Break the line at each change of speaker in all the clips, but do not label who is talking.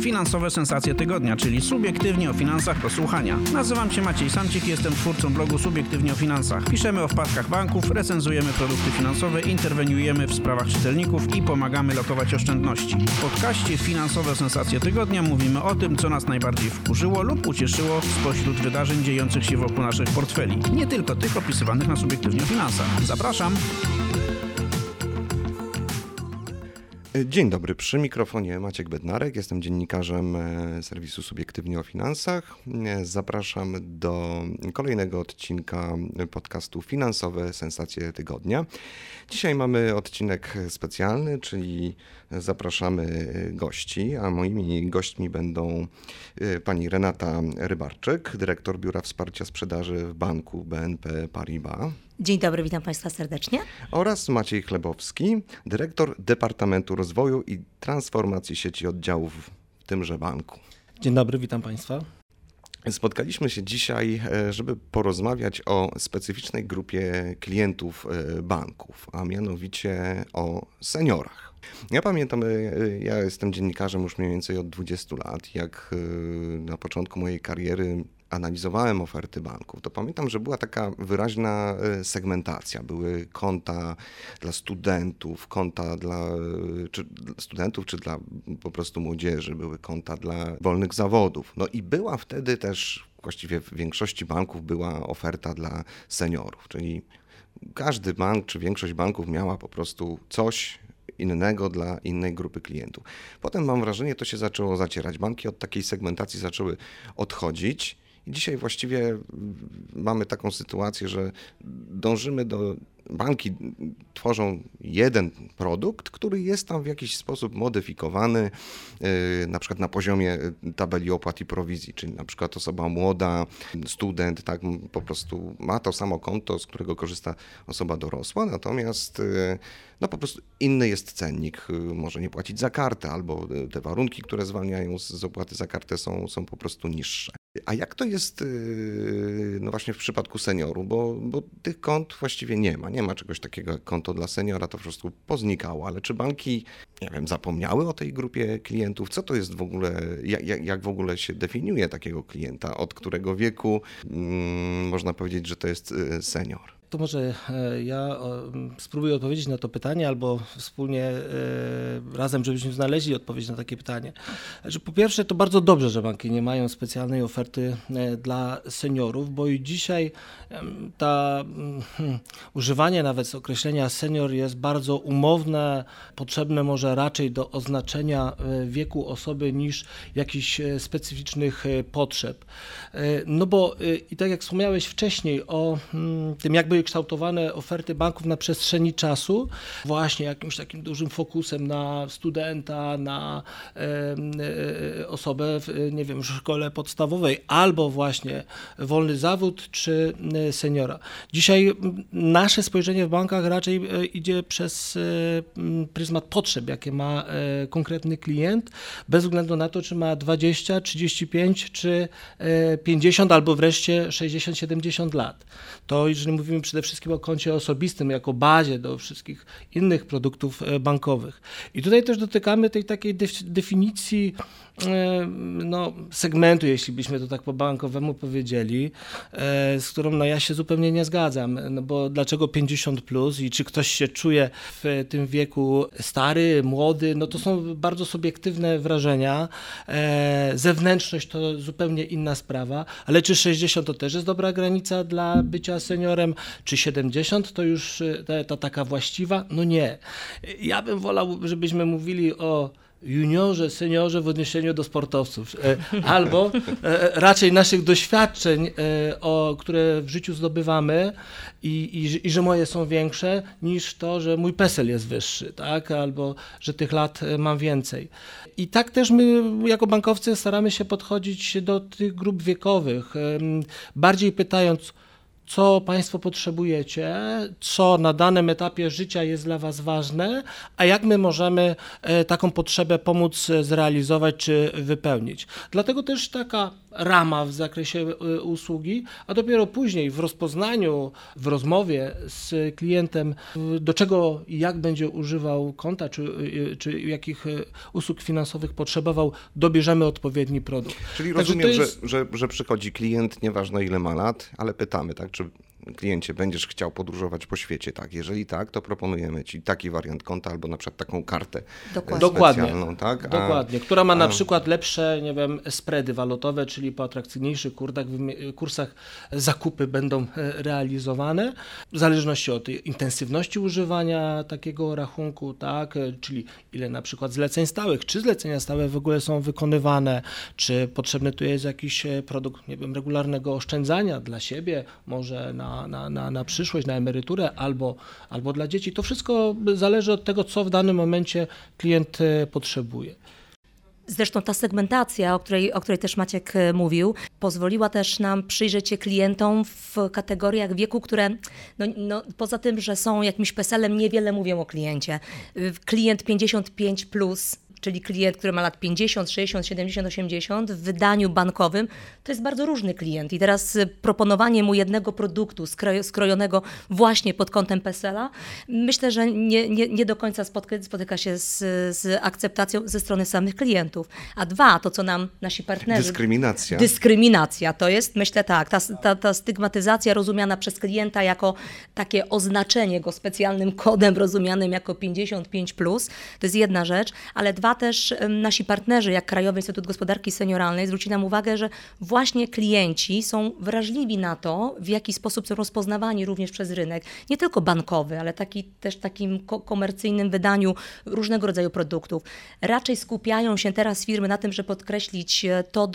Finansowe sensacje tygodnia, czyli subiektywnie o finansach do słuchania. Nazywam się Maciej Samcik i jestem twórcą blogu Subiektywnie o finansach. Piszemy o wpadkach banków, recenzujemy produkty finansowe, interweniujemy w sprawach czytelników i pomagamy lokować oszczędności. W podcaście Finansowe sensacje tygodnia mówimy o tym, co nas najbardziej wkurzyło lub ucieszyło spośród wydarzeń dziejących się wokół naszych portfeli. Nie tylko tych opisywanych na Subiektywnie o finansach. Zapraszam!
Dzień dobry, przy mikrofonie Maciek Bednarek, jestem dziennikarzem serwisu Subiektywnie o finansach. Zapraszam do kolejnego odcinka podcastu Finansowe sensacje tygodnia. Dzisiaj mamy odcinek specjalny, czyli zapraszamy gości, a moimi gośćmi będą pani Renata Rybarczyk, dyrektor Biura Wsparcia Sprzedaży w banku BNP Paribas.
Dzień dobry, witam Państwa serdecznie.
Oraz Maciej Chlebowski, dyrektor Departamentu Rozwoju i Transformacji Sieci Oddziałów w tymże banku.
Dzień dobry, witam Państwa.
Spotkaliśmy się dzisiaj, żeby porozmawiać o specyficznej grupie klientów banków, a mianowicie o seniorach. Ja pamiętam, ja jestem dziennikarzem już mniej więcej od 20 lat, jak na początku mojej kariery analizowałem oferty banków, to pamiętam, że była taka wyraźna segmentacja. Były konta dla studentów, konta dla studentów czy dla po prostu młodzieży, były konta dla wolnych zawodów. No i była wtedy też, właściwie w większości banków była oferta dla seniorów, czyli każdy bank czy większość banków miała po prostu coś innego dla innej grupy klientów. Potem mam wrażenie, to się zaczęło zacierać. Banki od takiej segmentacji zaczęły odchodzić. I dzisiaj właściwie mamy taką sytuację, że banki tworzą jeden produkt, który jest tam w jakiś sposób modyfikowany, na przykład na poziomie tabeli opłat i prowizji, czyli na przykład osoba młoda, student, tak, po prostu ma to samo konto, z którego korzysta osoba dorosła, natomiast no po prostu inny jest cennik, może nie płacić za kartę, albo te warunki, które zwalniają z opłaty za kartę są po prostu niższe. A jak to jest no właśnie w przypadku seniorów, bo tych kont właściwie nie ma czegoś takiego jak konto dla seniora, to po prostu poznikało, ale czy banki, nie wiem, zapomniały o tej grupie klientów? Co to jest w ogóle, jak w ogóle się definiuje takiego klienta, od którego wieku można powiedzieć, że to jest senior?
To może ja spróbuję odpowiedzieć na to pytanie, albo wspólnie razem, żebyśmy znaleźli odpowiedź na takie pytanie. Że po pierwsze, to bardzo dobrze, że banki nie mają specjalnej oferty dla seniorów, bo i dzisiaj używanie nawet określenia senior jest bardzo umowne, potrzebne może raczej do oznaczenia wieku osoby niż jakichś specyficznych potrzeb. No bo i tak jak wspomniałeś wcześniej o tym, jak były kształtowane oferty banków na przestrzeni czasu, właśnie jakimś takim dużym fokusem na studenta, na osobę w szkole podstawowej, albo właśnie wolny zawód, czy seniora. Dzisiaj nasze spojrzenie w bankach raczej idzie przez pryzmat potrzeb, jakie ma konkretny klient, bez względu na to, czy ma 20, 35, czy 50, albo wreszcie 60, 70 lat. To jeżeli mówimy przede wszystkim o koncie osobistym jako bazie do wszystkich innych produktów bankowych. I tutaj też dotykamy tej takiej definicji segmentu, jeśli byśmy to tak po bankowemu powiedzieli, z którą ja się zupełnie nie zgadzam. No bo dlaczego 50 plus i czy ktoś się czuje w tym wieku stary, młody, no to są bardzo subiektywne wrażenia. Zewnętrzność to zupełnie inna sprawa, ale czy 60 to też jest dobra granica dla bycia seniorem, czy 70 to już ta taka właściwa? No nie. Ja bym wolał, żebyśmy mówili o juniorze, seniorze w odniesieniu do sportowców, albo raczej naszych doświadczeń, które w życiu zdobywamy i że moje są większe niż to, że mój PESEL jest wyższy, tak? Albo że tych lat mam więcej. I tak też my jako bankowcy staramy się podchodzić do tych grup wiekowych, bardziej pytając, co Państwo potrzebujecie, co na danym etapie życia jest dla Was ważne, a jak my możemy taką potrzebę pomóc zrealizować czy wypełnić. Dlatego też taka rama w zakresie usługi, a dopiero później w rozpoznaniu, w rozmowie z klientem, do czego i jak będzie używał konta, czy jakich usług finansowych potrzebował, dobierzemy odpowiedni produkt.
Czyli
Także
rozumiem,
to jest...
że przychodzi klient, nieważne ile ma lat, ale pytamy, tak, czy kliencie, będziesz chciał podróżować po świecie, tak? Jeżeli tak, to proponujemy ci taki wariant konta albo na przykład taką kartę specjalną, tak?
Dokładnie, która ma na przykład lepsze, spready walutowe, czyli po atrakcyjniejszych kursach zakupy będą realizowane, w zależności od intensywności używania takiego rachunku, tak? Czyli ile na przykład zleceń stałych, czy zlecenia stałe w ogóle są wykonywane, czy potrzebny tu jest jakiś produkt, regularnego oszczędzania dla siebie, może na przyszłość, na emeryturę albo dla dzieci. To wszystko zależy od tego, co w danym momencie klient potrzebuje.
Zresztą ta segmentacja, o której też Maciek mówił, pozwoliła też nam przyjrzeć się klientom w kategoriach wieku, które poza tym, że są jakimś PESEL-em, niewiele mówią o kliencie. Klient 55+, czyli klient, który ma lat 50, 60, 70, 80 w wydaniu bankowym, to jest bardzo różny klient. I teraz proponowanie mu jednego produktu skrojonego właśnie pod kątem PESEL-a, myślę, że nie do końca spotyka się z akceptacją ze strony samych klientów. A dwa, to co nam nasi partnerzy... Dyskryminacja. To jest, myślę tak, ta stygmatyzacja rozumiana przez klienta jako takie oznaczenie go specjalnym kodem rozumianym jako 55+, to jest jedna rzecz, ale dwa, też nasi partnerzy, jak Krajowy Instytut Gospodarki Senioralnej, zwrócili nam uwagę, że właśnie klienci są wrażliwi na to, w jaki sposób są rozpoznawani również przez rynek, nie tylko bankowy, ale też takim komercyjnym wydaniu różnego rodzaju produktów. Raczej skupiają się teraz firmy na tym, żeby podkreślić to,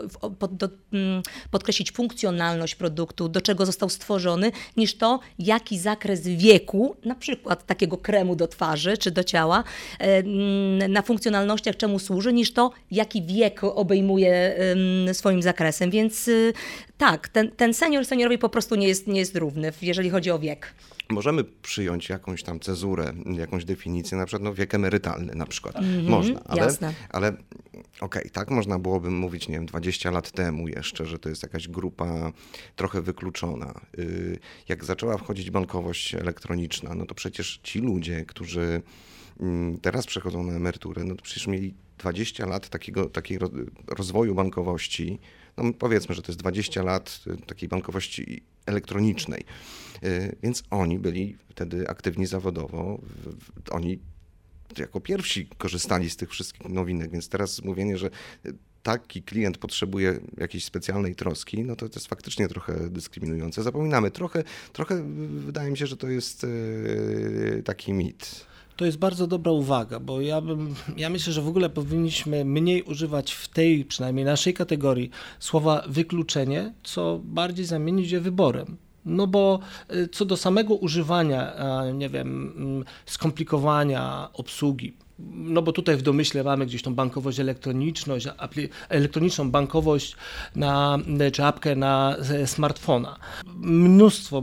podkreślić funkcjonalność produktu, do czego został stworzony, niż to, jaki zakres wieku, na przykład takiego kremu do twarzy czy do ciała, na funkcjonalnościach czemu służy, niż to, jaki wiek obejmuje swoim zakresem. Więc tak, ten seniorowi po prostu nie jest równy, jeżeli chodzi o wiek.
Możemy przyjąć jakąś tam cezurę, jakąś definicję, na przykład wiek emerytalny na przykład. Można, ale okej, tak można byłoby mówić, 20 lat temu jeszcze, że to jest jakaś grupa trochę wykluczona. Jak zaczęła wchodzić bankowość elektroniczna, no to przecież ci ludzie, którzy teraz przechodzą na emeryturę, no to przecież mieli 20 lat takiego rozwoju bankowości, no powiedzmy, że to jest 20 lat takiej bankowości elektronicznej, więc oni byli wtedy aktywni zawodowo, oni jako pierwsi korzystali z tych wszystkich nowinek, więc teraz mówienie, że taki klient potrzebuje jakiejś specjalnej troski, no to jest faktycznie trochę dyskryminujące. Zapominamy trochę wydaje mi się, że to jest taki mit.
To jest bardzo dobra uwaga, bo ja myślę, że w ogóle powinniśmy mniej używać w tej, przynajmniej naszej kategorii, słowa wykluczenie, co bardziej zamienić je wyborem. No bo co do samego używania, skomplikowania obsługi, no bo tutaj w domyśle mamy gdzieś tą bankowość elektroniczną bankowość czy apkę na smartfona. Mnóstwo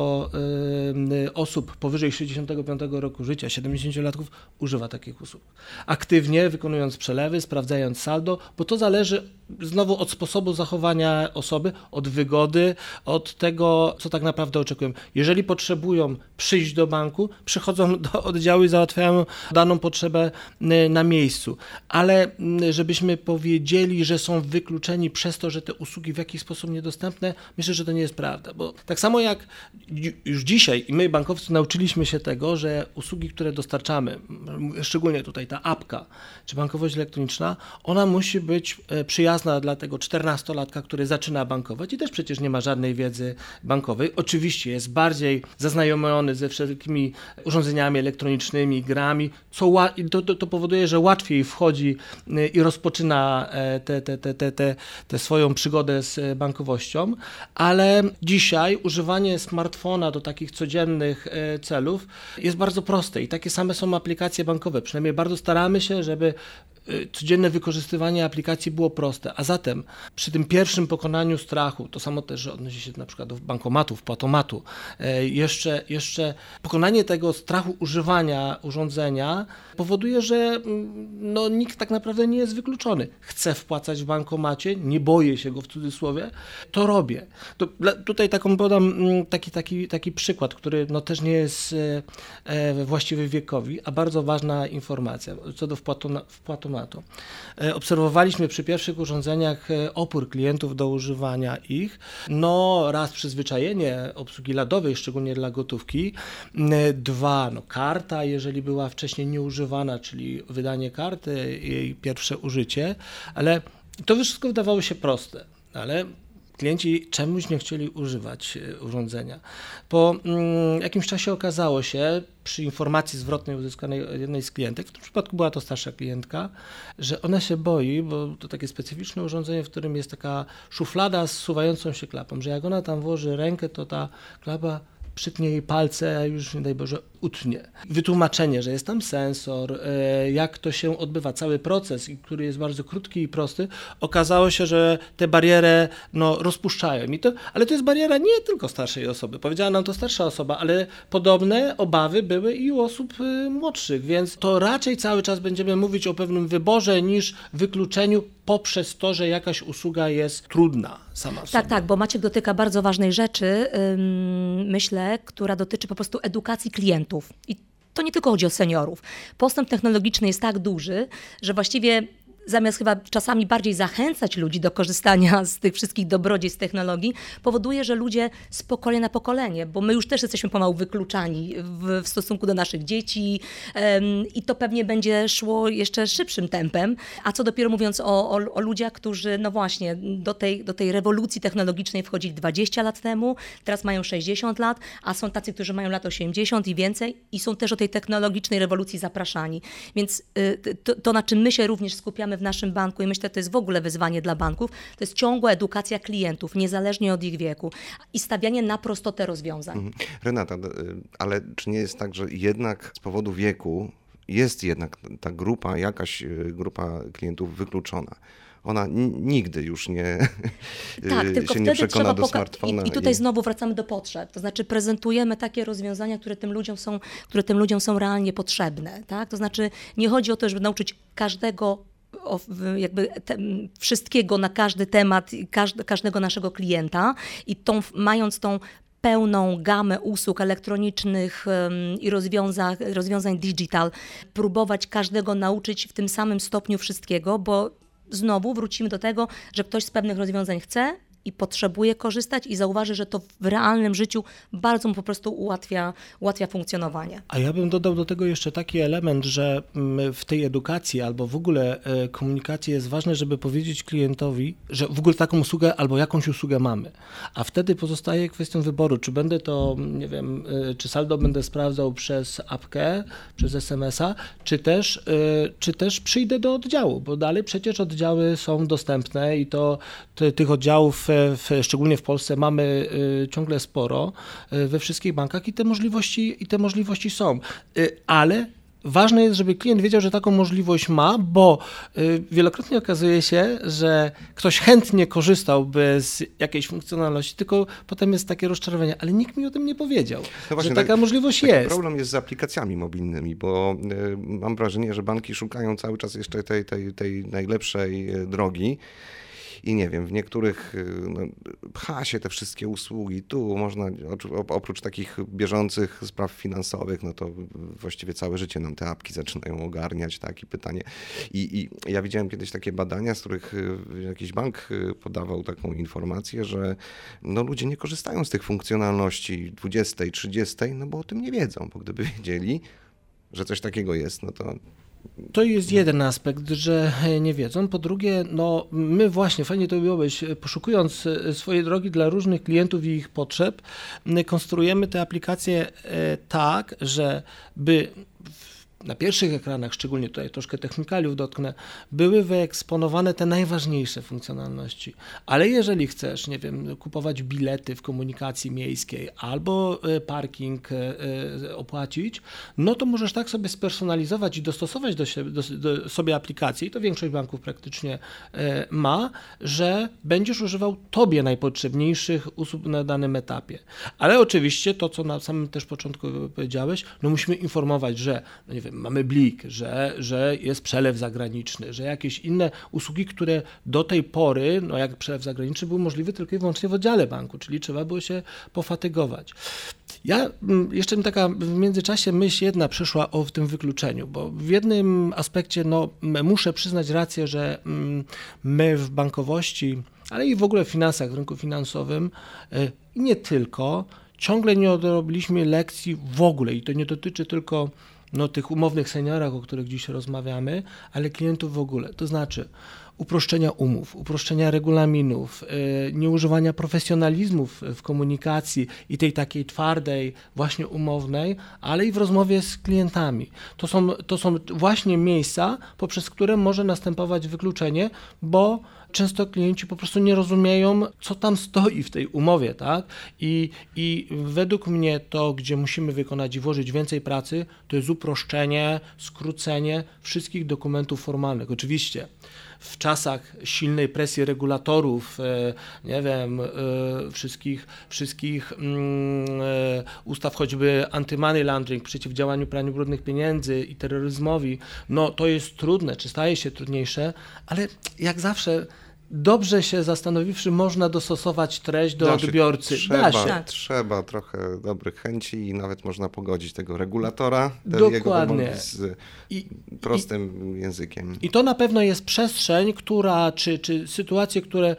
osób powyżej 65 roku życia, 70-latków używa takich usług. Aktywnie wykonując przelewy, sprawdzając saldo, bo to zależy znowu od sposobu zachowania osoby, od wygody, od tego, co tak naprawdę oczekują. Jeżeli potrzebują przyjść do banku, przychodzą do oddziału i załatwiają daną potrzebę na miejscu, ale żebyśmy powiedzieli, że są wykluczeni przez to, że te usługi w jakiś sposób niedostępne, myślę, że to nie jest prawda, bo tak samo jak już dzisiaj i my bankowcy nauczyliśmy się tego, że usługi, które dostarczamy, szczególnie tutaj ta apka czy bankowość elektroniczna, ona musi być przyjazna dla tego 14-latka, który zaczyna bankować i też przecież nie ma żadnej wiedzy bankowej. Oczywiście jest bardziej zaznajomiony ze wszelkimi urządzeniami elektronicznymi, grami, to powoduje, że łatwiej wchodzi i rozpoczyna tę swoją przygodę z bankowością, ale dzisiaj używanie smartfona do takich codziennych celów jest bardzo proste i takie same są aplikacje bankowe. Przynajmniej bardzo staramy się, żeby codzienne wykorzystywanie aplikacji było proste. A zatem przy tym pierwszym pokonaniu strachu, to samo też odnosi się na przykład do bankomatów, płatomatu, jeszcze pokonanie tego strachu używania urządzenia powoduje, że no, nikt tak naprawdę nie jest wykluczony. Chcę wpłacać w bankomacie, nie boję się go w cudzysłowie, to robię. Tutaj podam taki przykład, który no, też nie jest właściwy wiekowi, a bardzo ważna informacja co do wpłatomatu. Obserwowaliśmy przy pierwszych urządzeniach opór klientów do używania ich. No raz przyzwyczajenie obsługi LAD-owej, szczególnie dla gotówki. 2, no karta, jeżeli była wcześniej nieużywana, czyli wydanie karty, jej pierwsze użycie, ale to wszystko wydawało się proste, ale klienci czemuś nie chcieli używać urządzenia. Po jakimś czasie okazało się, przy informacji zwrotnej uzyskanej od jednej z klientek, w tym przypadku była to starsza klientka, że ona się boi, bo to takie specyficzne urządzenie, w którym jest taka szuflada z zsuwającą się klapą, że jak ona tam włoży rękę, to ta klapa przytnie jej palce, a już nie daj Boże utnie. Wytłumaczenie, że jest tam sensor, jak to się odbywa, cały proces, który jest bardzo krótki i prosty, okazało się, że tę barierę rozpuszczają. Ale to jest bariera nie tylko starszej osoby. Powiedziała nam to starsza osoba, ale podobne obawy były i u osób młodszych, więc to raczej cały czas będziemy mówić o pewnym wyborze niż wykluczeniu poprzez to, że jakaś usługa jest trudna sama w sobie.
Tak, bo Maciek dotyka bardzo ważnej rzeczy, myślę, która dotyczy po prostu edukacji klientów. I to nie tylko chodzi o seniorów. Postęp technologiczny jest tak duży, że właściwie zamiast chyba czasami bardziej zachęcać ludzi do korzystania z tych wszystkich dobrodziejstw technologii, powoduje, że ludzie z pokolenia na pokolenie, bo my już też jesteśmy pomału wykluczani w stosunku do naszych dzieci i to pewnie będzie szło jeszcze szybszym tempem, a co dopiero mówiąc o ludziach, którzy no właśnie do tej rewolucji technologicznej wchodzili 20 lat temu, teraz mają 60 lat, a są tacy, którzy mają lat 80 i więcej i są też o tej technologicznej rewolucji zapraszani. Więc to na czym my się również skupiamy w naszym banku i myślę, że to jest w ogóle wyzwanie dla banków, to jest ciągła edukacja klientów, niezależnie od ich wieku i stawianie na prostotę rozwiązań.
Renata, ale czy nie jest tak, że jednak z powodu wieku jest jednak ta jakaś grupa klientów wykluczona? Ona nigdy już nie,
tylko
się nie przekona do smartfona.
I tutaj znowu wracamy do potrzeb. To znaczy prezentujemy takie rozwiązania, które tym ludziom są realnie potrzebne. Tak? To znaczy nie chodzi o to, żeby nauczyć każdego wszystkiego na każdy temat, każdego naszego klienta i mając tą pełną gamę usług elektronicznych i rozwiązań digital, próbować każdego nauczyć w tym samym stopniu wszystkiego, bo znowu wrócimy do tego, że ktoś z pewnych rozwiązań chce i potrzebuje korzystać i zauważy, że to w realnym życiu bardzo mu po prostu ułatwia funkcjonowanie.
A ja bym dodał do tego jeszcze taki element, że w tej edukacji albo w ogóle komunikacji jest ważne, żeby powiedzieć klientowi, że w ogóle taką usługę albo jakąś usługę mamy. A wtedy pozostaje kwestią wyboru, czy będę to, nie wiem, czy saldo będę sprawdzał przez apkę, przez SMS-a, czy też przyjdę do oddziału, bo dalej przecież oddziały są dostępne i to tych oddziałów szczególnie w Polsce mamy ciągle sporo we wszystkich bankach i te możliwości są, ale ważne jest, żeby klient wiedział, że taką możliwość ma, bo wielokrotnie okazuje się, że ktoś chętnie korzystałby z jakiejś funkcjonalności, tylko potem jest takie rozczarowanie, ale nikt mi o tym nie powiedział, no właśnie, że taka możliwość jest.
Problem jest z aplikacjami mobilnymi, bo mam wrażenie, że banki szukają cały czas jeszcze tej najlepszej drogi. I nie wiem, w niektórych pcha się te wszystkie usługi, tu można, oprócz takich bieżących spraw finansowych, no to właściwie całe życie nam te apki zaczynają ogarniać, tak, i pytanie. I ja widziałem kiedyś takie badania, z których jakiś bank podawał taką informację, że no ludzie nie korzystają z tych funkcjonalności 20, 30, no bo o tym nie wiedzą, bo gdyby wiedzieli, że coś takiego jest, no to...
To jest jeden aspekt, że nie wiedzą. Po drugie, no my właśnie, fajnie to byłobyś, poszukując swojej drogi dla różnych klientów i ich potrzeb, konstruujemy te aplikacje tak, żeby na pierwszych ekranach, szczególnie tutaj troszkę technikaliów dotknę, były wyeksponowane te najważniejsze funkcjonalności. Ale jeżeli chcesz, nie wiem, kupować bilety w komunikacji miejskiej albo parking opłacić, no to możesz tak sobie spersonalizować i dostosować do sobie aplikację, i to większość banków praktycznie ma, że będziesz używał tobie najpotrzebniejszych usług na danym etapie. Ale oczywiście to, co na samym też początku powiedziałeś, no musimy informować, że no nie wiem, mamy blik, że jest przelew zagraniczny, że jakieś inne usługi, które do tej pory, no jak przelew zagraniczny, był możliwy tylko i wyłącznie w oddziale banku, czyli trzeba było się pofatygować. Ja jeszcze mi taka w międzyczasie myśl jedna przyszła o tym wykluczeniu, bo w jednym aspekcie no, muszę przyznać rację, że my w bankowości, ale i w ogóle w finansach, w rynku finansowym i nie tylko, ciągle nie odrobiliśmy lekcji w ogóle i to nie dotyczy tylko tych umownych seniorach, o których dziś rozmawiamy, ale klientów w ogóle. To znaczy uproszczenia umów, uproszczenia regulaminów, nieużywania profesjonalizmów w komunikacji i tej takiej twardej, właśnie umownej, ale i w rozmowie z klientami. To są właśnie miejsca, poprzez które może następować wykluczenie, bo często klienci po prostu nie rozumieją, co tam stoi w tej umowie, tak? I według mnie to, gdzie musimy wykonać i włożyć więcej pracy, to jest uproszczenie, skrócenie wszystkich dokumentów formalnych. Oczywiście w czasach silnej presji regulatorów, nie wiem, wszystkich ustaw choćby anty-money laundering, przeciwdziałaniu praniu brudnych pieniędzy i terroryzmowi, no to jest trudne, czy staje się trudniejsze, ale jak zawsze dobrze się zastanowiwszy, można dostosować treść do odbiorcy.
Trzeba trochę dobrych chęci i nawet można pogodzić tego regulatora,
dokładnie,
z prostym językiem.
I to na pewno jest przestrzeń, która, czy sytuacje, które,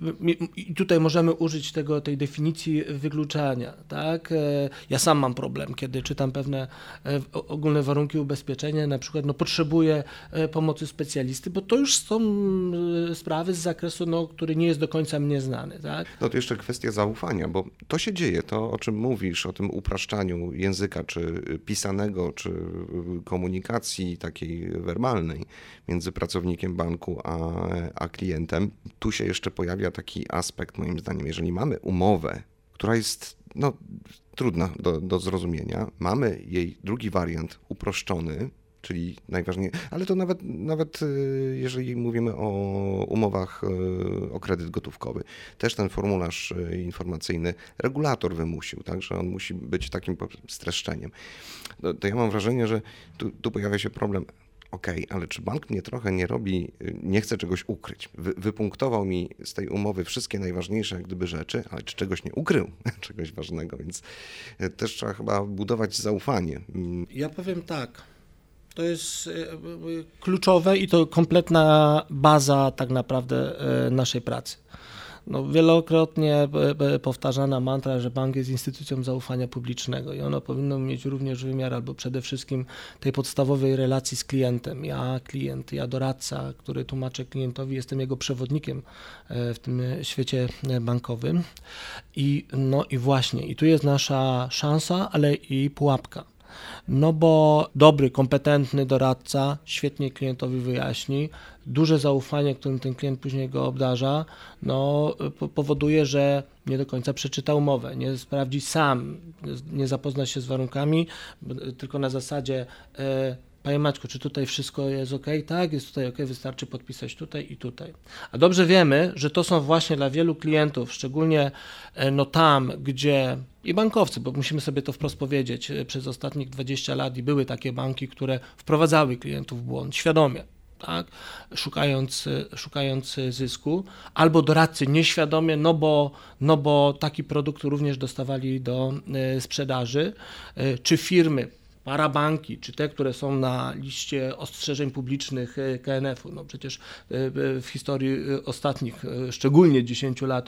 i tutaj możemy użyć tej definicji wykluczania, tak? Ja sam mam problem, kiedy czytam pewne ogólne warunki ubezpieczenia, na przykład potrzebuję pomocy specjalisty, bo to już są sprawy z zakresu, który nie jest do końca mnie znany. Tak?
No to jeszcze kwestia zaufania, bo to się dzieje, to o czym mówisz, o tym upraszczaniu języka, czy pisanego, czy komunikacji takiej werbalnej między pracownikiem banku a klientem. Tu się jeszcze pojawia taki aspekt, moim zdaniem, jeżeli mamy umowę, która jest trudna do zrozumienia, mamy jej drugi wariant uproszczony, czyli najważniejsze, ale to nawet jeżeli mówimy o umowach o kredyt gotówkowy, też ten formularz informacyjny regulator wymusił, tak, że on musi być takim streszczeniem. To ja mam wrażenie, że tu pojawia się problem, ale czy bank mnie trochę nie chce czegoś ukryć? Wypunktował mi z tej umowy wszystkie najważniejsze jak gdyby rzeczy, ale czy czegoś nie ukrył, czegoś ważnego, więc też trzeba chyba budować zaufanie.
Ja powiem tak. To jest kluczowe i to kompletna baza tak naprawdę naszej pracy. Wielokrotnie powtarzana mantra, że bank jest instytucją zaufania publicznego i ono powinno mieć również wymiar albo przede wszystkim tej podstawowej relacji z klientem. Ja klient, ja doradca, który tłumaczę klientowi, jestem jego przewodnikiem w tym świecie bankowym. I właśnie, i tu jest nasza szansa, ale i pułapka. Bo dobry, kompetentny doradca świetnie klientowi wyjaśni, duże zaufanie, którym ten klient później go obdarza, powoduje, że nie do końca przeczyta umowę, nie sprawdzi sam, nie zapozna się z warunkami, tylko na zasadzie Panie Maćku, czy tutaj wszystko jest ok? Tak, jest tutaj ok, wystarczy podpisać tutaj i tutaj. A dobrze wiemy, że to są właśnie dla wielu klientów, szczególnie tam, gdzie i bankowcy, bo musimy sobie to wprost powiedzieć, przez ostatnich 20 lat i były takie banki, które wprowadzały klientów w błąd świadomie, tak? Szukając zysku, albo doradcy nieświadomie, bo taki produkt również dostawali do sprzedaży, czy firmy, parabanki, czy te, które są na liście ostrzeżeń publicznych KNF-u. Przecież w historii ostatnich, szczególnie 10 lat,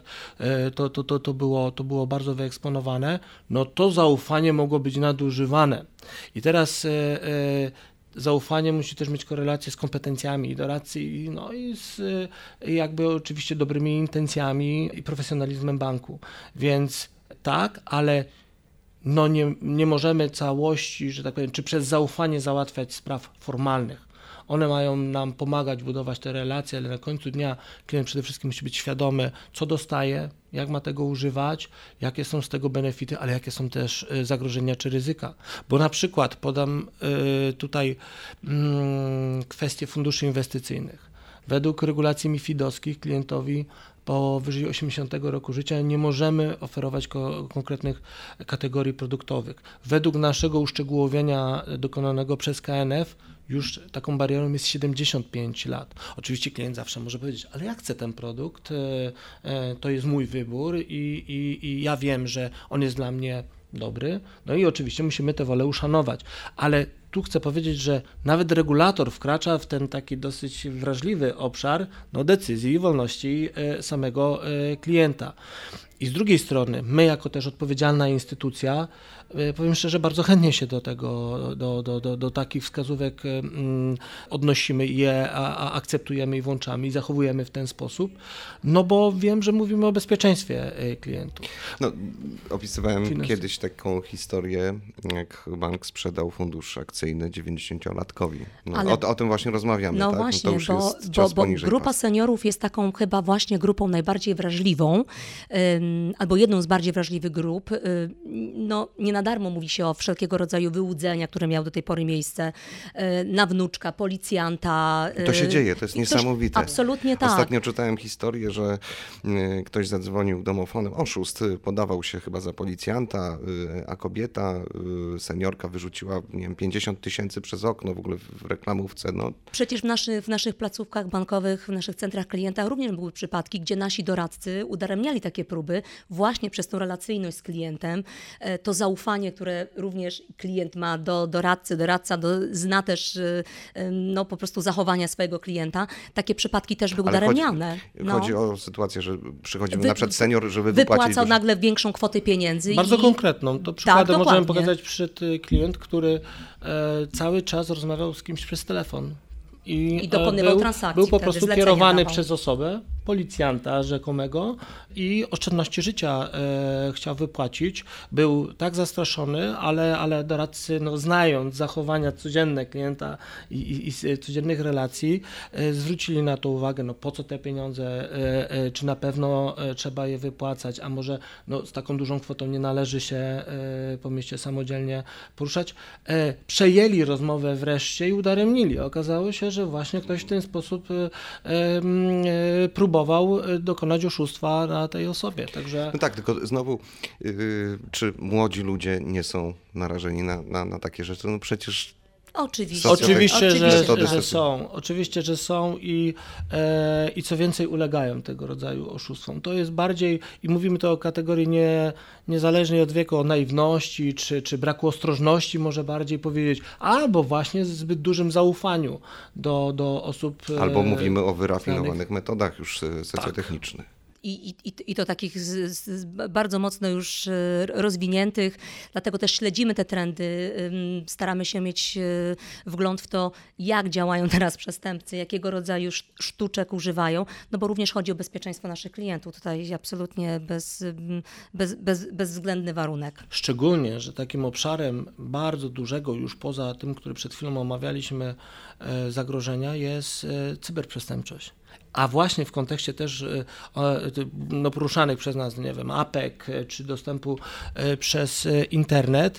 to było bardzo wyeksponowane. To zaufanie mogło być nadużywane. I teraz zaufanie musi też mieć korelację z kompetencjami doradcy i z jakby oczywiście dobrymi intencjami i profesjonalizmem banku. Więc tak, ale no nie możemy całości, że tak powiem, czy przez zaufanie załatwiać spraw formalnych. One mają nam pomagać budować te relacje, ale na końcu dnia klient przede wszystkim musi być świadomy, co dostaje, jak ma tego używać, jakie są z tego benefity, ale jakie są też zagrożenia czy ryzyka. Bo na przykład podam tutaj kwestię funduszy inwestycyjnych. Według regulacji MiFID-owskich klientowi powyżej 80 roku życia nie możemy oferować konkretnych kategorii produktowych. Według naszego uszczegółowienia dokonanego przez KNF już taką barierą jest 75 lat. Oczywiście klient zawsze może powiedzieć, ale ja chcę ten produkt, to jest mój wybór i ja wiem, że on jest dla mnie dobry. No i oczywiście musimy tę wolę uszanować, ale tu chcę powiedzieć, że nawet regulator wkracza w ten taki dosyć wrażliwy obszar decyzji i wolności samego klienta. I z drugiej strony, my jako też odpowiedzialna instytucja, powiem szczerze, bardzo chętnie się do tego, do takich wskazówek odnosimy, je akceptujemy i włączamy i zachowujemy w ten sposób, no bo wiem, że mówimy o bezpieczeństwie klientów.
No, opisywałem kiedyś taką historię, jak bank sprzedał fundusz akcyjny 90-latkowi. No, ale o tym właśnie rozmawiamy,
no
tak?
Właśnie,
to już jest cios poniżej
grupa
pas.
seniorów jest taką chyba właśnie grupą najbardziej wrażliwą, albo jedną z bardziej wrażliwych grup. No, nie na darmo mówi się o wszelkiego rodzaju wyłudzenia, które miały do tej pory miejsce na wnuczka, policjanta.
To się dzieje, to jest niesamowite.
Absolutnie tak.
Ostatnio czytałem historię, że ktoś zadzwonił domofonem, oszust, podawał się chyba za policjanta, a kobieta, seniorka wyrzuciła, nie wiem, 50 000 przez okno w ogóle w reklamówce. No.
Przecież w naszych placówkach bankowych, w naszych centrach klienta również były przypadki, gdzie nasi doradcy udaremniali takie próby właśnie przez tą relacyjność z klientem, to zaufanie, które również klient ma do doradcy, doradca zna też po prostu zachowania swojego klienta. Takie przypadki też były udaremniane.
Chodzi o sytuację, że przychodzi na przykład senior, żeby
wypłacał nagle większą kwotę pieniędzy.
Bardzo konkretną. To przykładem
tak,
możemy pokazać klient, który cały czas rozmawiał z kimś przez telefon. I
dokonywał transakcji.
Był po prostu kierowany przez osobę, policjanta rzekomego i oszczędności życia chciał wypłacić. Był tak zastraszony, ale doradcy, znając zachowania codzienne klienta i codziennych relacji, zwrócili na to uwagę, po co te pieniądze, czy na pewno trzeba je wypłacać, a może z taką dużą kwotą nie należy się po mieście samodzielnie poruszać. Przejęli rozmowę wreszcie i udaremnili. Okazało się, że właśnie ktoś w ten sposób próbował dokonać oszustwa na tej osobie. Także...
No tak, tylko znowu, czy młodzi ludzie nie są narażeni na takie rzeczy? No przecież...
Oczywiście,
że są. Oczywiście, że są i co więcej ulegają tego rodzaju oszustwom. To jest bardziej, i mówimy to o kategorii niezależnej od wieku, o naiwności czy braku ostrożności, może bardziej powiedzieć, albo właśnie zbyt dużym zaufaniu do osób.
Albo mówimy o wyrafinowanych metodach już socjotechnicznych.
Tak. I to takich bardzo mocno już rozwiniętych, dlatego też śledzimy te trendy, staramy się mieć wgląd w to, jak działają teraz przestępcy, jakiego rodzaju sztuczek używają, bo również chodzi o bezpieczeństwo naszych klientów. Tutaj absolutnie bezwzględny warunek.
Szczególnie, że takim obszarem bardzo dużego już poza tym, który przed chwilą omawialiśmy, zagrożenia jest cyberprzestępczość. A właśnie w kontekście też poruszanych przez nas, nie wiem, APEC czy dostępu przez internet,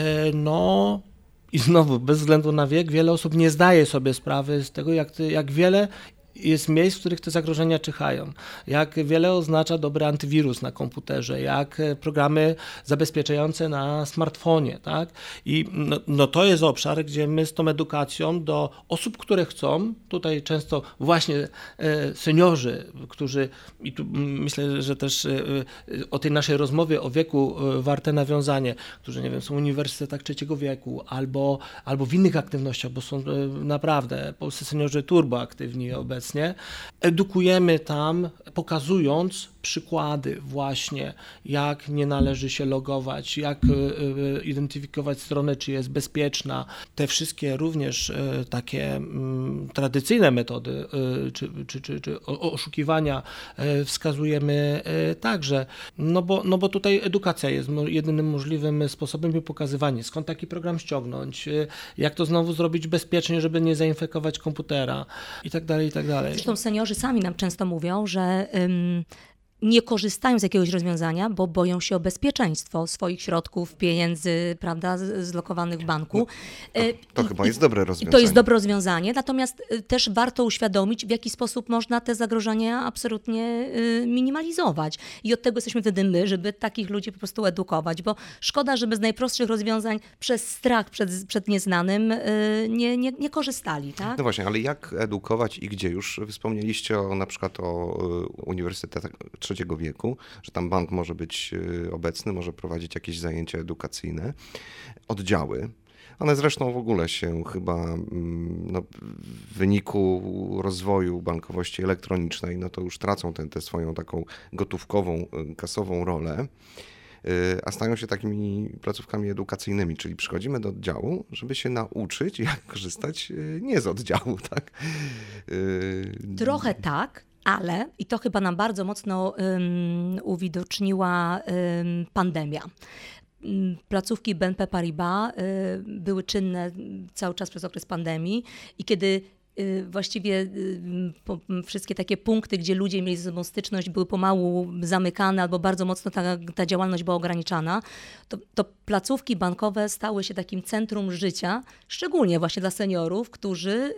i znowu bez względu na wiek wiele osób nie zdaje sobie sprawy z tego, jak wiele jest miejsc, w których te zagrożenia czyhają. Jak wiele oznacza dobry antywirus na komputerze, jak programy zabezpieczające na smartfonie, tak? I to jest obszar, gdzie my z tą edukacją do osób, które chcą, tutaj często właśnie seniorzy, którzy, i tu myślę, że też o tej naszej rozmowie o wieku warte nawiązanie, którzy, nie wiem, są w uniwersytetach trzeciego wieku albo w innych aktywnościach, bo są naprawdę polscy seniorzy turboaktywni obecnie, obecnie. Edukujemy tam, pokazując przykłady właśnie, jak nie należy się logować, jak identyfikować stronę, czy jest bezpieczna. Te wszystkie również takie tradycyjne metody czy oszukiwania wskazujemy także, no bo tutaj edukacja jest jedynym możliwym sposobem i pokazywanie, skąd taki program ściągnąć, jak to znowu zrobić bezpiecznie, żeby nie zainfekować komputera i tak dalej, i tak dalej.
Zresztą seniorzy sami nam często mówią, że nie korzystają z jakiegoś rozwiązania, bo boją się o bezpieczeństwo swoich środków, pieniędzy, prawda, zlokowanych w banku.
To chyba jest dobre rozwiązanie.
To jest dobre rozwiązanie, natomiast też warto uświadomić, w jaki sposób można te zagrożenia absolutnie minimalizować. I od tego jesteśmy wtedy my, żeby takich ludzi po prostu edukować, bo szkoda, żeby z najprostszych rozwiązań przez strach przed nieznanym nie korzystali. Tak?
No właśnie, ale jak edukować i gdzie? Już wspomnieliście na przykład o uniwersytetach III wieku, że tam bank może być obecny, może prowadzić jakieś zajęcia edukacyjne, oddziały. One zresztą w ogóle się chyba w wyniku rozwoju bankowości elektronicznej, no to już tracą tę swoją taką gotówkową, kasową rolę, a stają się takimi placówkami edukacyjnymi, czyli przychodzimy do oddziału, żeby się nauczyć, jak korzystać nie z oddziału, tak?
Trochę tak. Ale, i to chyba nam bardzo mocno uwidoczniła pandemia. Placówki BNP Paribas były czynne cały czas przez okres pandemii i kiedy właściwie wszystkie takie punkty, gdzie ludzie mieli ze sobą styczność, były pomału zamykane albo bardzo mocno ta działalność była ograniczana, to placówki bankowe stały się takim centrum życia, szczególnie właśnie dla seniorów, którzy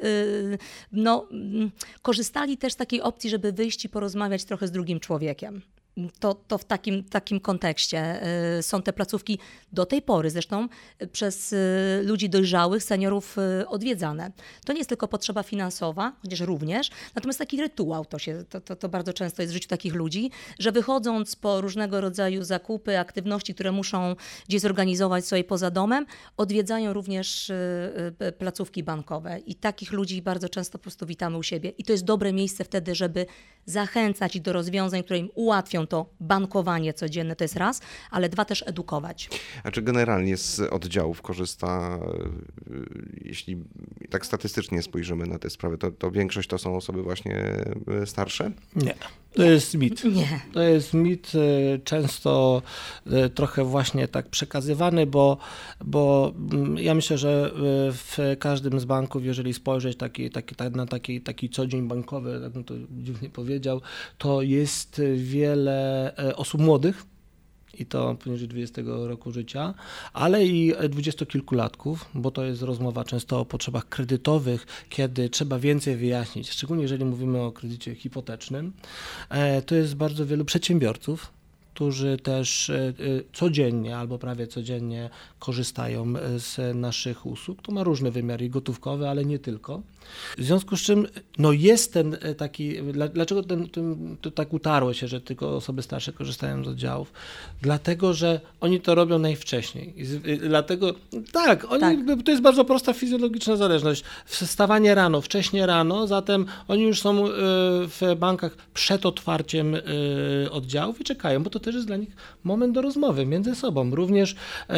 korzystali też z takiej opcji, żeby wyjść i porozmawiać trochę z drugim człowiekiem. To w takim kontekście są te placówki do tej pory zresztą przez ludzi dojrzałych, seniorów odwiedzane. To nie jest tylko potrzeba finansowa, chociaż również, natomiast taki rytuał to bardzo często jest w życiu takich ludzi, że wychodząc po różnego rodzaju zakupy, aktywności, które muszą gdzieś zorganizować sobie poza domem, odwiedzają również placówki bankowe i takich ludzi bardzo często po prostu witamy u siebie. I to jest dobre miejsce wtedy, żeby zachęcać ich do rozwiązań, które im ułatwią to bankowanie codzienne, to jest raz, ale dwa, też edukować.
A czy generalnie z oddziałów korzysta, jeśli tak statystycznie spojrzymy na tę sprawę, to większość to są osoby właśnie starsze?
Nie. To jest mit.
Nie.
To jest mit często trochę właśnie tak przekazywany, bo ja myślę, że w każdym z banków, jeżeli spojrzeć na taki co dzień bankowy, tak bym to dziwnie powiedział, to jest wiele osób młodych, i to poniżej 20 roku życia, ale i 20-kilkulatków, bo to jest rozmowa często o potrzebach kredytowych, kiedy trzeba więcej wyjaśnić, szczególnie jeżeli mówimy o kredycie hipotecznym. To jest bardzo wielu przedsiębiorców, którzy też codziennie albo prawie codziennie korzystają z naszych usług. To ma różne wymiary, gotówkowe, ale nie tylko. W związku z czym jest ten taki, dlaczego to tak utarło się, że tylko osoby starsze korzystają z oddziałów? Dlatego, że oni to robią najwcześniej. Dlatego, to jest bardzo prosta fizjologiczna zależność. Wstawanie rano, wcześnie rano, zatem oni już są w bankach przed otwarciem oddziałów i czekają, bo to też jest dla nich moment do rozmowy między sobą, również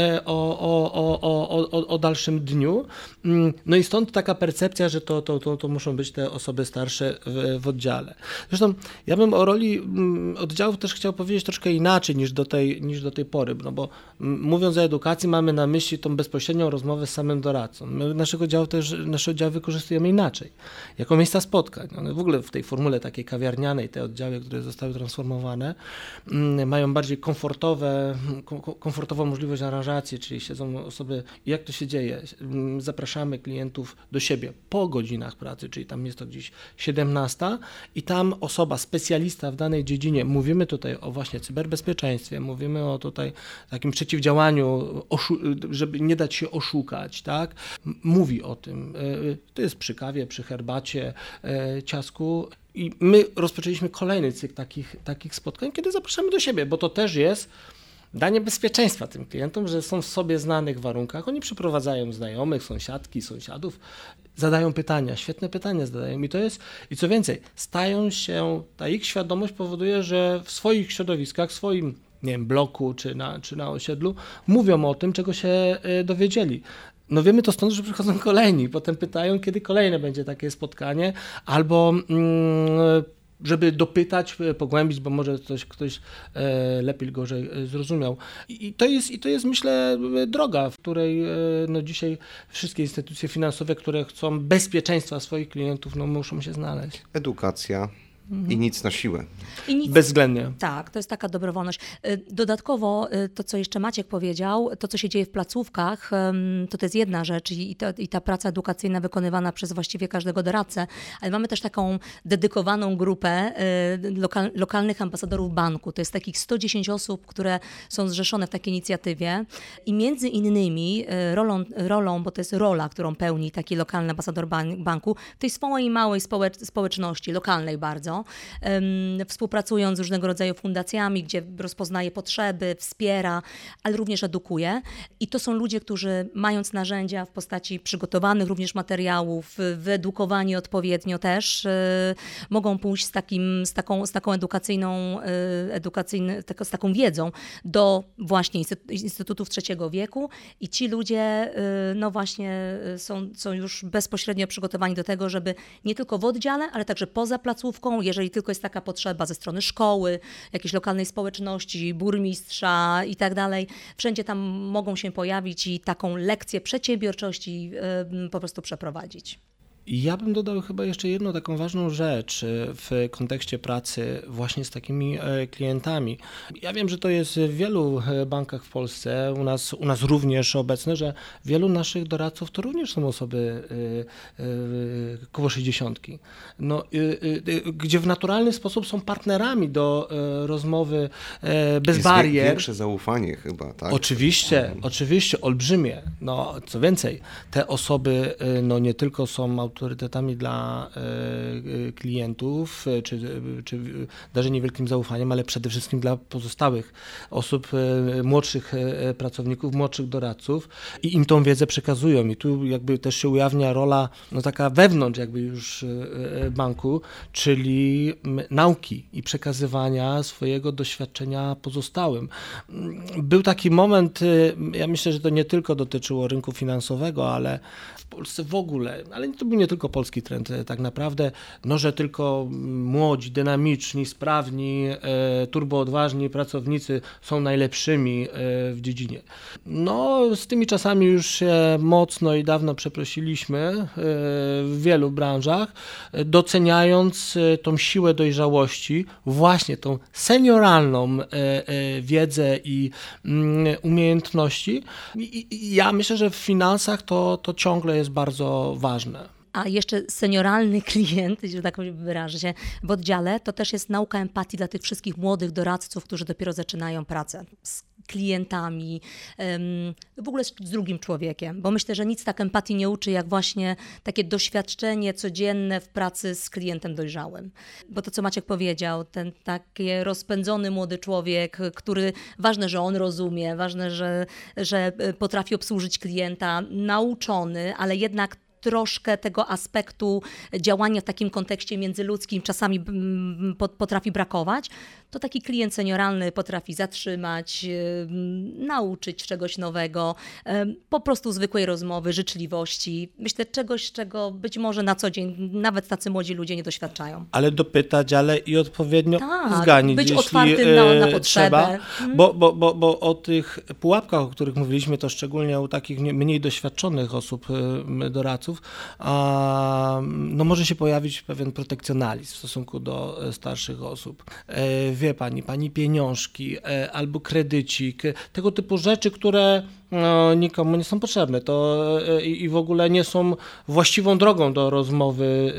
o dalszym dniu. No i stąd taka percepcja, że to muszą być te osoby starsze w oddziale. Zresztą ja bym o roli oddziałów też chciał powiedzieć troszkę inaczej niż do tej pory, no bo mówiąc o edukacji mamy na myśli tą bezpośrednią rozmowę z samym doradcą. My nasze oddziały wykorzystujemy inaczej, jako miejsca spotkań. One w ogóle w tej formule takiej kawiarnianej, te oddziały, które zostały transformowane, mają bardziej komfortową możliwość aranżacji, czyli siedzą osoby, jak to się dzieje? Zapraszamy klientów do siebie po godzinach pracy, czyli tam jest to gdzieś 17 i tam osoba, specjalista w danej dziedzinie, mówimy tutaj o właśnie cyberbezpieczeństwie, mówimy o tutaj takim przeciwdziałaniu, żeby nie dać się oszukać, tak? Mówi o tym. To jest przy kawie, przy herbacie, ciastku. I my rozpoczęliśmy kolejny cykl takich spotkań, kiedy zapraszamy do siebie, bo to też jest danie bezpieczeństwa tym klientom, że są w sobie znanych warunkach. Oni przyprowadzają znajomych, sąsiadki, sąsiadów zadają pytania, świetne pytania zadają i co więcej, ta ich świadomość powoduje, że w swoich środowiskach, w swoim, nie wiem, bloku czy na osiedlu mówią o tym, czego się dowiedzieli. No wiemy to stąd, że przychodzą kolejni, potem pytają, kiedy kolejne będzie takie spotkanie, albo żeby dopytać, pogłębić, bo może ktoś lepiej, gorzej zrozumiał. I to jest, myślę, droga, w której dzisiaj wszystkie instytucje finansowe, które chcą bezpieczeństwa swoich klientów, muszą się znaleźć.
Edukacja. I nic na siłę.
Bezwzględnie.
Tak, to jest taka dobrowolność. Dodatkowo to, co jeszcze Maciek powiedział, to, co się dzieje w placówkach, to jest jedna rzecz i ta praca edukacyjna wykonywana przez właściwie każdego doradcę, ale mamy też taką dedykowaną grupę lokalnych ambasadorów banku. To jest takich 110 osób, które są zrzeszone w takiej inicjatywie i między innymi rolą, bo to jest rola, którą pełni taki lokalny ambasador banku, tej swojej małej społeczności, lokalnej bardzo, współpracując z różnego rodzaju fundacjami, gdzie rozpoznaje potrzeby, wspiera, ale również edukuje. I to są ludzie, którzy mając narzędzia w postaci przygotowanych również materiałów, wyedukowani odpowiednio też, mogą pójść z taką wiedzą do właśnie instytutów trzeciego wieku i ci ludzie właśnie są już bezpośrednio przygotowani do tego, żeby nie tylko w oddziale, ale także poza placówką, jeżeli tylko jest taka potrzeba ze strony szkoły, jakiejś lokalnej społeczności, burmistrza i tak dalej, wszędzie tam mogą się pojawić i taką lekcję przedsiębiorczości po prostu przeprowadzić.
Ja bym dodał chyba jeszcze jedną taką ważną rzecz w kontekście pracy właśnie z takimi klientami. Ja wiem, że to jest w wielu bankach w Polsce, u nas również obecne, że wielu naszych doradców to również są osoby koło 60, gdzie w naturalny sposób są partnerami do rozmowy bez barier.
Większe zaufanie chyba, tak?
Oczywiście, olbrzymie. Co więcej, te osoby nie tylko są autorytetami dla klientów, czy darzy niewielkim zaufaniem, ale przede wszystkim dla pozostałych osób, młodszych pracowników, młodszych doradców i im tą wiedzę przekazują. I tu jakby też się ujawnia rola taka wewnątrz jakby już banku, czyli nauki i przekazywania swojego doświadczenia pozostałym. Był taki moment, ja myślę, że to nie tylko dotyczyło rynku finansowego, ale w Polsce w ogóle, ale to był nie tylko polski trend tak naprawdę, że tylko młodzi, dynamiczni, sprawni, turboodważni pracownicy są najlepszymi w dziedzinie. Z tymi czasami już się mocno i dawno przeprosiliśmy w wielu branżach, doceniając tą siłę dojrzałości, właśnie tą senioralną wiedzę i umiejętności. I ja myślę, że w finansach to ciągle jest bardzo ważne.
A jeszcze senioralny klient, że tak wyrażę się, w oddziale, to też jest nauka empatii dla tych wszystkich młodych doradców, którzy dopiero zaczynają pracę z klientami, w ogóle z drugim człowiekiem, bo myślę, że nic tak empatii nie uczy, jak właśnie takie doświadczenie codzienne w pracy z klientem dojrzałym. Bo to, co Maciek powiedział, ten taki rozpędzony młody człowiek, który, ważne, że on rozumie, ważne, że potrafi obsłużyć klienta, nauczony, ale jednak troszkę tego aspektu działania w takim kontekście międzyludzkim czasami potrafi brakować, to taki klient senioralny potrafi zatrzymać, nauczyć czegoś nowego, po prostu zwykłej rozmowy, życzliwości. Myślę, czegoś, czego być może na co dzień nawet tacy młodzi ludzie nie doświadczają.
Ale dopytać, ale i odpowiednio zganić,
być
jeśli
otwartym na potrzebę.
Bo o tych pułapkach, o których mówiliśmy, to szczególnie u takich mniej doświadczonych osób, doradców, może się pojawić pewien protekcjonalizm w stosunku do starszych osób. Wie pani pieniążki albo kredycik, tego typu rzeczy, które nikomu nie są potrzebne i w ogóle nie są właściwą drogą do rozmowy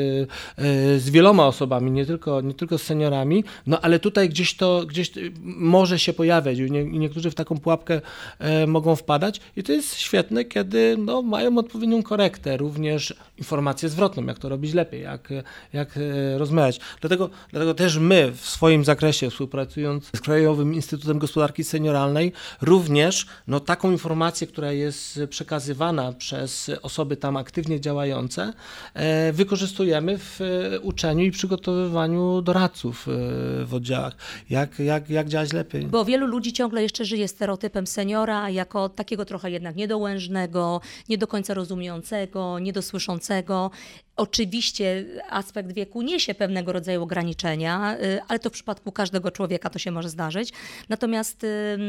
z wieloma osobami, nie tylko z seniorami, ale tutaj gdzieś może się pojawiać i niektórzy w taką pułapkę mogą wpadać i to jest świetne, kiedy mają odpowiednią korektę, również informację zwrotną, jak to robić lepiej, jak rozmawiać. Dlatego też my w swoim zakresie, współpracując z Krajowym Instytutem Gospodarki Senioralnej, również tak taką informację, która jest przekazywana przez osoby tam aktywnie działające, wykorzystujemy w uczeniu i przygotowywaniu doradców w oddziałach. Jak działać lepiej?
Bo wielu ludzi ciągle jeszcze żyje stereotypem seniora jako takiego trochę jednak niedołężnego, nie do końca rozumiejącego, niedosłyszącego. Oczywiście aspekt wieku niesie pewnego rodzaju ograniczenia, ale to w przypadku każdego człowieka to się może zdarzyć. Natomiast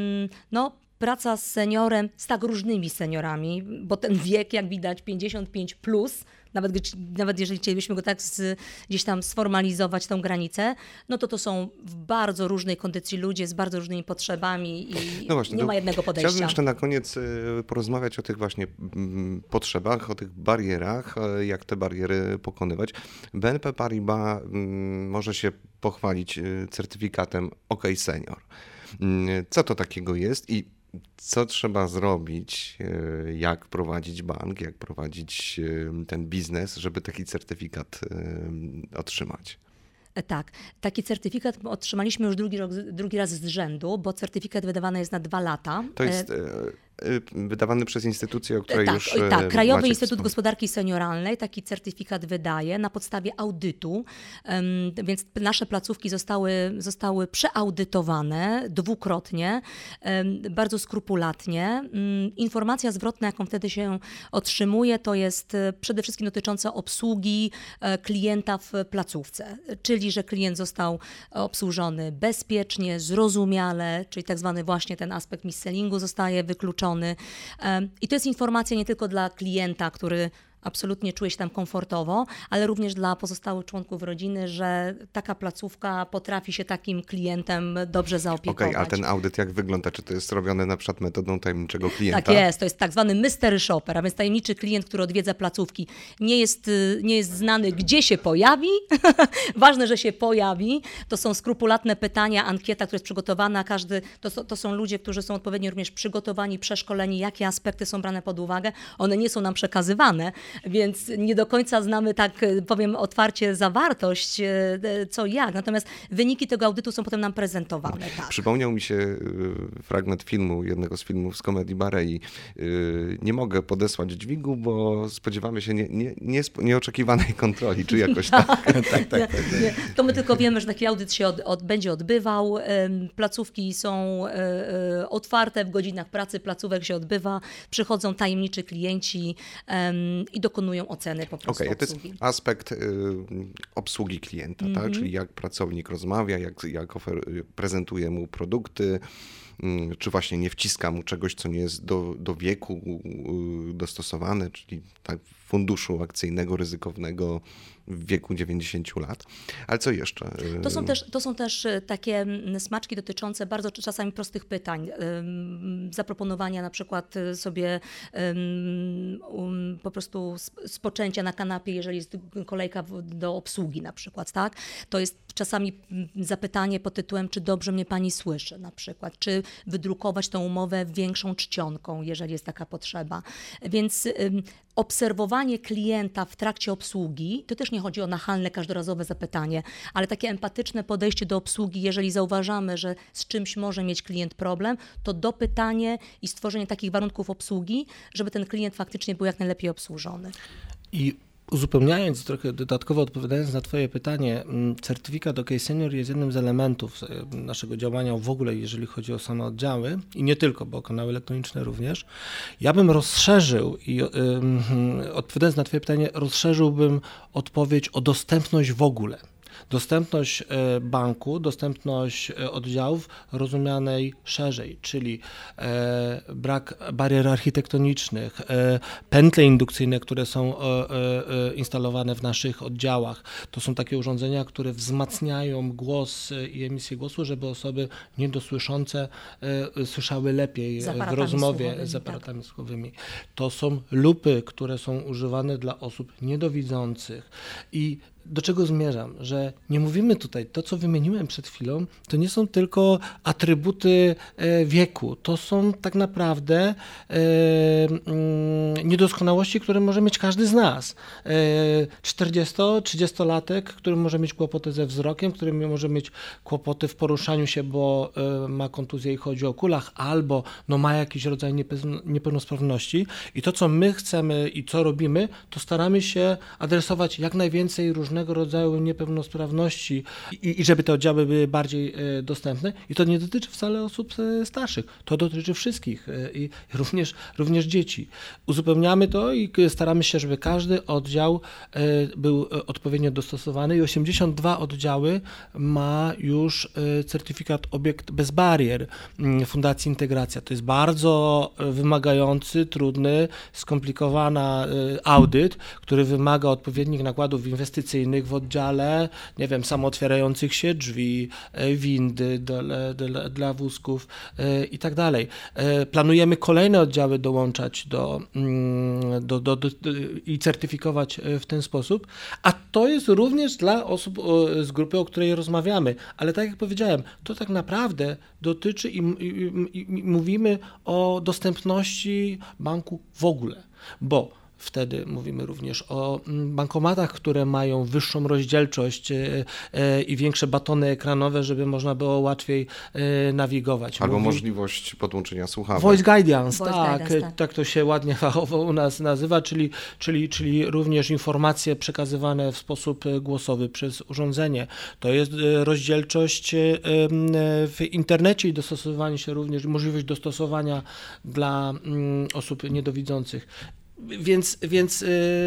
praca z seniorem, z tak różnymi seniorami, bo ten wiek, jak widać, 55 plus, nawet jeżeli chcielibyśmy go tak gdzieś tam sformalizować, tą granicę, no to są w bardzo różnej kondycji ludzie z bardzo różnymi potrzebami i nie ma jednego podejścia.
Chciałbym jeszcze na koniec porozmawiać o tych właśnie potrzebach, o tych barierach, jak te bariery pokonywać. BNP Paribas może się pochwalić certyfikatem OK Senior. Co to takiego jest i co trzeba zrobić, jak prowadzić bank, jak prowadzić ten biznes, żeby taki certyfikat otrzymać?
Tak, taki certyfikat otrzymaliśmy już drugi raz z rzędu, bo certyfikat wydawany jest na 2 lata.
To jest wydawany przez instytucję, o której już
Tak, Krajowy
Maciek
Instytut
wspomniał.
Gospodarki Senioralnej taki certyfikat wydaje na podstawie audytu, więc nasze placówki zostały przeaudytowane dwukrotnie, bardzo skrupulatnie. Informacja zwrotna, jaką wtedy się otrzymuje, to jest przede wszystkim dotycząca obsługi klienta w placówce, czyli że klient został obsłużony bezpiecznie, zrozumiale, czyli tak zwany właśnie ten aspekt mis-sellingu zostaje wykluczony. I to jest informacja nie tylko dla klienta, który absolutnie czuje się tam komfortowo, ale również dla pozostałych członków rodziny, że taka placówka potrafi się takim klientem dobrze zaopiekować.
Okej, a ten audyt jak wygląda? Czy to jest robione na przykład metodą tajemniczego klienta?
Tak jest, to jest tak zwany mystery shopper, a więc tajemniczy klient, który odwiedza placówki. Nie jest znany, gdzie się pojawi. Ważne, że się pojawi. To są skrupulatne pytania, ankieta, która jest przygotowana. To są ludzie, którzy są odpowiednio również przygotowani, przeszkoleni, jakie aspekty są brane pod uwagę. One nie są nam przekazywane, więc nie do końca znamy, tak powiem otwarcie, zawartość, co i jak. Natomiast wyniki tego audytu są potem nam prezentowane. Tak.
Przypomniał mi się fragment filmu, jednego z filmów z Komedii Barei. Nie mogę podesłać dźwigu, bo spodziewamy się nieoczekiwanej kontroli, czy jakoś tak. Tak.
Nie. To my tylko wiemy, że taki audyt się będzie odbywał. Placówki są otwarte, w godzinach pracy placówek się odbywa. Przychodzą tajemniczy klienci i dokonują oceny po prostu
Okej, to
obsługi.
jest aspekt obsługi klienta, tak? Czyli jak pracownik rozmawia, jak prezentuje mu produkty, czy właśnie nie wciska mu czegoś, co nie jest do wieku dostosowane, czyli tak funduszu akcyjnego, ryzykownego w wieku 90 lat. Ale co jeszcze?
To są też takie smaczki dotyczące bardzo czasami prostych pytań. Zaproponowania na przykład sobie po prostu spoczęcia na kanapie, jeżeli jest kolejka do obsługi na przykład, tak? To jest czasami zapytanie pod tytułem, czy dobrze mnie pani słyszy na przykład, czy wydrukować tą umowę większą czcionką, jeżeli jest taka potrzeba. Więc obserwowanie klienta w trakcie obsługi, to też nie chodzi o nachalne, każdorazowe zapytanie, ale takie empatyczne podejście do obsługi, jeżeli zauważamy, że z czymś może mieć klient problem, to dopytanie i stworzenie takich warunków obsługi, żeby ten klient faktycznie był jak najlepiej obsłużony.
I uzupełniając, trochę dodatkowo odpowiadając na twoje pytanie, certyfikat OK Senior jest jednym z elementów naszego działania w ogóle, jeżeli chodzi o same oddziały i nie tylko, bo kanały elektroniczne również. Ja bym rozszerzył i odpowiadając na twoje pytanie, rozszerzyłbym odpowiedź o dostępność w ogóle. Dostępność banku, dostępność oddziałów rozumianej szerzej, czyli brak barier architektonicznych, pętle indukcyjne, które są instalowane w naszych oddziałach. To są takie urządzenia, które wzmacniają głos i emisję głosu, żeby osoby niedosłyszące słyszały lepiej w rozmowie z aparatami słuchowymi. To są lupy, które są używane dla osób niedowidzących i do czego zmierzam? Że nie mówimy tutaj, to co wymieniłem przed chwilą, to nie są tylko atrybuty wieku, to są tak naprawdę niedoskonałości, które może mieć każdy z nas. 40-30-latek, który może mieć kłopoty ze wzrokiem, który może mieć kłopoty w poruszaniu się, bo ma kontuzję i chodzi o kulach, albo ma jakiś rodzaj niepełnosprawności. I to, co my chcemy i co robimy, to staramy się adresować jak najwięcej różnego rodzaju niepełnosprawności i żeby te oddziały były bardziej dostępne. I to nie dotyczy wcale osób starszych, to dotyczy wszystkich i również dzieci. Uzupełniamy to i staramy się, żeby każdy oddział był odpowiednio dostosowany i 82 oddziały ma już certyfikat obiekt bez barier Fundacji Integracja. To jest bardzo wymagający, trudny, skomplikowany audyt, który wymaga odpowiednich nakładów inwestycyjnych w oddziale, samootwierających się drzwi, windy dla wózków i tak dalej. Planujemy kolejne oddziały dołączać i certyfikować w ten sposób, a to jest również dla osób z grupy, o której rozmawiamy. Ale tak jak powiedziałem, to tak naprawdę dotyczy i mówimy o dostępności banku w ogóle, bo wtedy mówimy również o bankomatach, które mają wyższą rozdzielczość i większe batony ekranowe, żeby można było łatwiej nawigować.
Albo możliwość podłączenia słuchawek.
Voice Guidance, tak to się ładnie fachowo u nas nazywa, czyli również informacje przekazywane w sposób głosowy przez urządzenie. To jest rozdzielczość w internecie i dostosowanie się również, możliwość dostosowania dla osób niedowidzących. Więc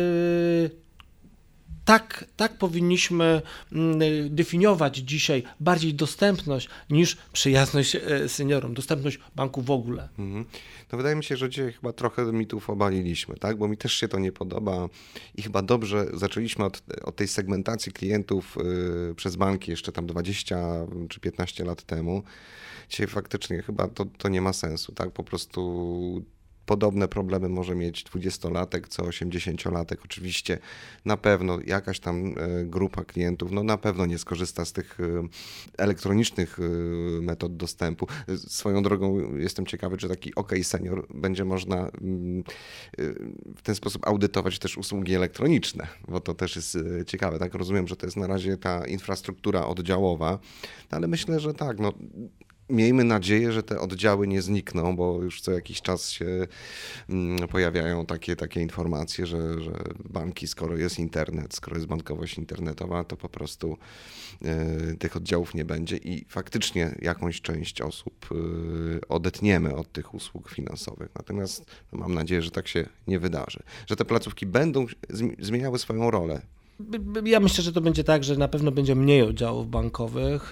tak powinniśmy definiować dzisiaj bardziej dostępność niż przyjazność seniorom, dostępność banku w ogóle.
No wydaje mi się, że dzisiaj chyba trochę mitów obaliliśmy, tak? Bo mi też się to nie podoba i chyba dobrze zaczęliśmy od tej segmentacji klientów przez banki jeszcze tam 20 czy 15 lat temu. Dzisiaj faktycznie chyba to nie ma sensu, tak? Po prostu podobne problemy może mieć 20-latek co 80-latek. Oczywiście na pewno jakaś tam grupa klientów na pewno nie skorzysta z tych elektronicznych metod dostępu. Swoją drogą jestem ciekawy, czy taki OK Senior będzie można w ten sposób audytować też usługi elektroniczne, bo to też jest ciekawe. Tak, rozumiem, że to jest na razie ta infrastruktura oddziałowa, ale myślę, że tak, miejmy nadzieję, że te oddziały nie znikną, bo już co jakiś czas się pojawiają takie informacje, że banki, skoro jest internet, skoro jest bankowość internetowa, to po prostu tych oddziałów nie będzie i faktycznie jakąś część osób odetniemy od tych usług finansowych. Natomiast mam nadzieję, że tak się nie wydarzy, że te placówki będą zmieniały swoją rolę.
Ja myślę, że to będzie tak, że na pewno będzie mniej oddziałów bankowych,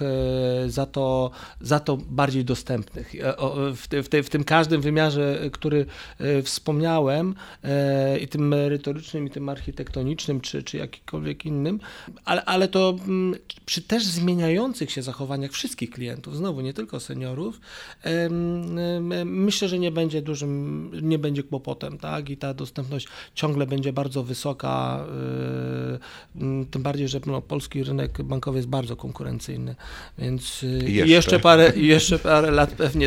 za to bardziej dostępnych. W tym każdym wymiarze, który wspomniałem, i tym merytorycznym, i tym architektonicznym, czy jakikolwiek innym, ale to przy też zmieniających się zachowaniach wszystkich klientów, znowu nie tylko seniorów, myślę, że nie będzie kłopotem, tak? I ta dostępność ciągle będzie bardzo wysoka. Tym bardziej, że polski rynek bankowy jest bardzo konkurencyjny, więc jeszcze parę lat pewnie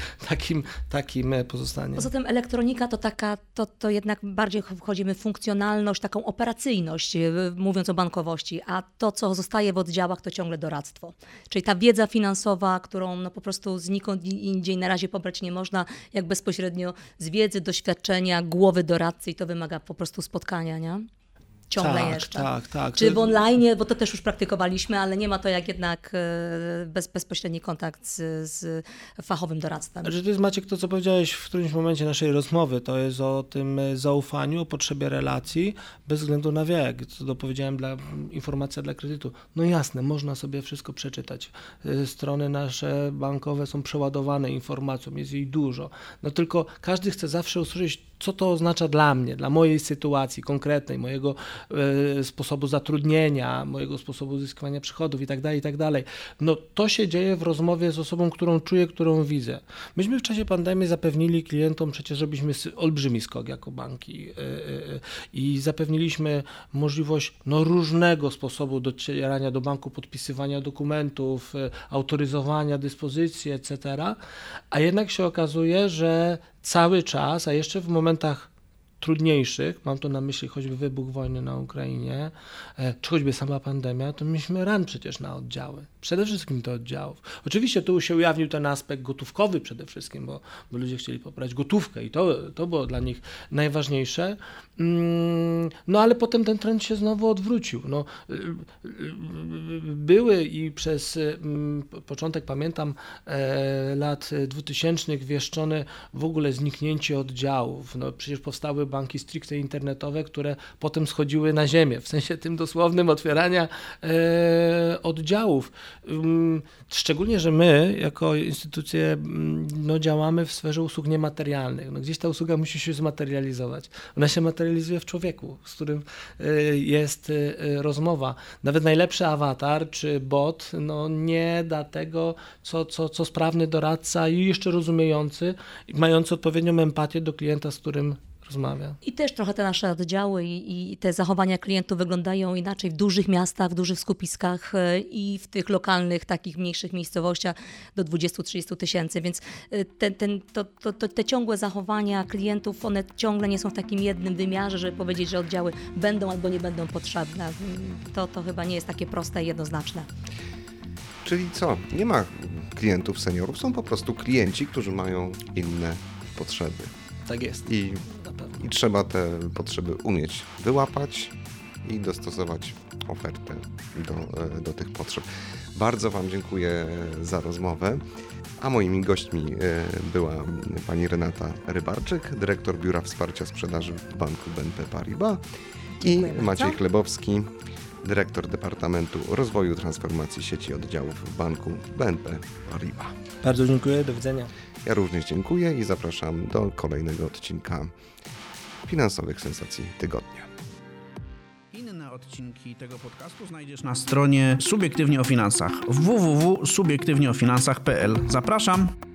takim pozostanie.
Poza tym elektronika to jednak bardziej wchodzimy w funkcjonalność, taką operacyjność, mówiąc o bankowości, a to, co zostaje w oddziałach, to ciągle doradztwo. Czyli ta wiedza finansowa, którą po prostu znikąd indziej na razie pobrać nie można, jak bezpośrednio z wiedzy, doświadczenia, głowy doradcy i to wymaga po prostu spotkania, nie? Ciągle jeszcze.
Tak.
Czy w online, bo to też już praktykowaliśmy, ale nie ma to jak jednak bezpośredni kontakt z fachowym doradztwem.
To jest, Maciek, to co powiedziałeś w którymś momencie naszej rozmowy, to jest o tym zaufaniu, o potrzebie relacji bez względu na wiek. Co dopowiedziałem, informacja dla kredytu. No jasne, można sobie wszystko przeczytać. Strony nasze bankowe są przeładowane informacją, jest jej dużo. No tylko każdy chce zawsze usłyszeć, co to oznacza dla mnie, dla mojej sytuacji konkretnej, mojego sposobu zatrudnienia, mojego sposobu uzyskiwania przychodów i tak dalej. No to się dzieje w rozmowie z osobą, którą czuję, którą widzę. Myśmy w czasie pandemii zapewnili klientom, przecież robiliśmy olbrzymi skok jako banki i zapewniliśmy możliwość różnego sposobu docierania do banku, podpisywania dokumentów, autoryzowania dyspozycji, etc. A jednak się okazuje, że cały czas, a jeszcze w momentach trudniejszych, mam tu na myśli choćby wybuch wojny na Ukrainie, czy choćby sama pandemia, to mieliśmy run przecież na oddziały. Przede wszystkim do oddziałów. Oczywiście tu się ujawnił ten aspekt gotówkowy przede wszystkim, bo ludzie chcieli pobrać gotówkę i to było dla nich najważniejsze. No ale potem ten trend się znowu odwrócił. No, były i przez początek, pamiętam, lat 2000 wieszczone w ogóle zniknięcie oddziałów. No, przecież powstały banki stricte internetowe, które potem schodziły na ziemię, w sensie tym dosłownym otwierania oddziałów. Szczególnie, że my jako instytucje działamy w sferze usług niematerialnych. No, gdzieś ta usługa musi się zmaterializować. Ona się materializuje w człowieku, z którym jest rozmowa. Nawet najlepszy awatar czy bot nie da tego, co sprawny doradca i jeszcze rozumiejący, mający odpowiednią empatię do klienta, z którym rozmawia.
I też trochę te nasze oddziały i te zachowania klientów wyglądają inaczej w dużych miastach, w dużych skupiskach i w tych lokalnych, takich mniejszych miejscowościach do 20-30 tysięcy, więc te ciągłe zachowania klientów, one ciągle nie są w takim jednym wymiarze, żeby powiedzieć, że oddziały będą albo nie będą potrzebne. To chyba nie jest takie proste i jednoznaczne.
Czyli co? Nie ma klientów seniorów, są po prostu klienci, którzy mają inne potrzeby.
Tak jest.
I trzeba te potrzeby umieć wyłapać i dostosować ofertę do tych potrzeb. Bardzo Wam dziękuję za rozmowę, a moimi gośćmi była pani Renata Rybarczyk, dyrektor Biura Wsparcia Sprzedaży w Banku BNP Paribas i Maciej Chlebowski, dyrektor Departamentu Rozwoju i Transformacji Sieci Oddziałów w Banku BNP Paribas.
Bardzo dziękuję, do widzenia.
Ja również dziękuję i zapraszam do kolejnego odcinka Finansowych Sensacji Tygodnia.
Inne odcinki tego podcastu znajdziesz na stronie Subiektywnie o Finansach www.subiektywnieofinansach.pl. Zapraszam!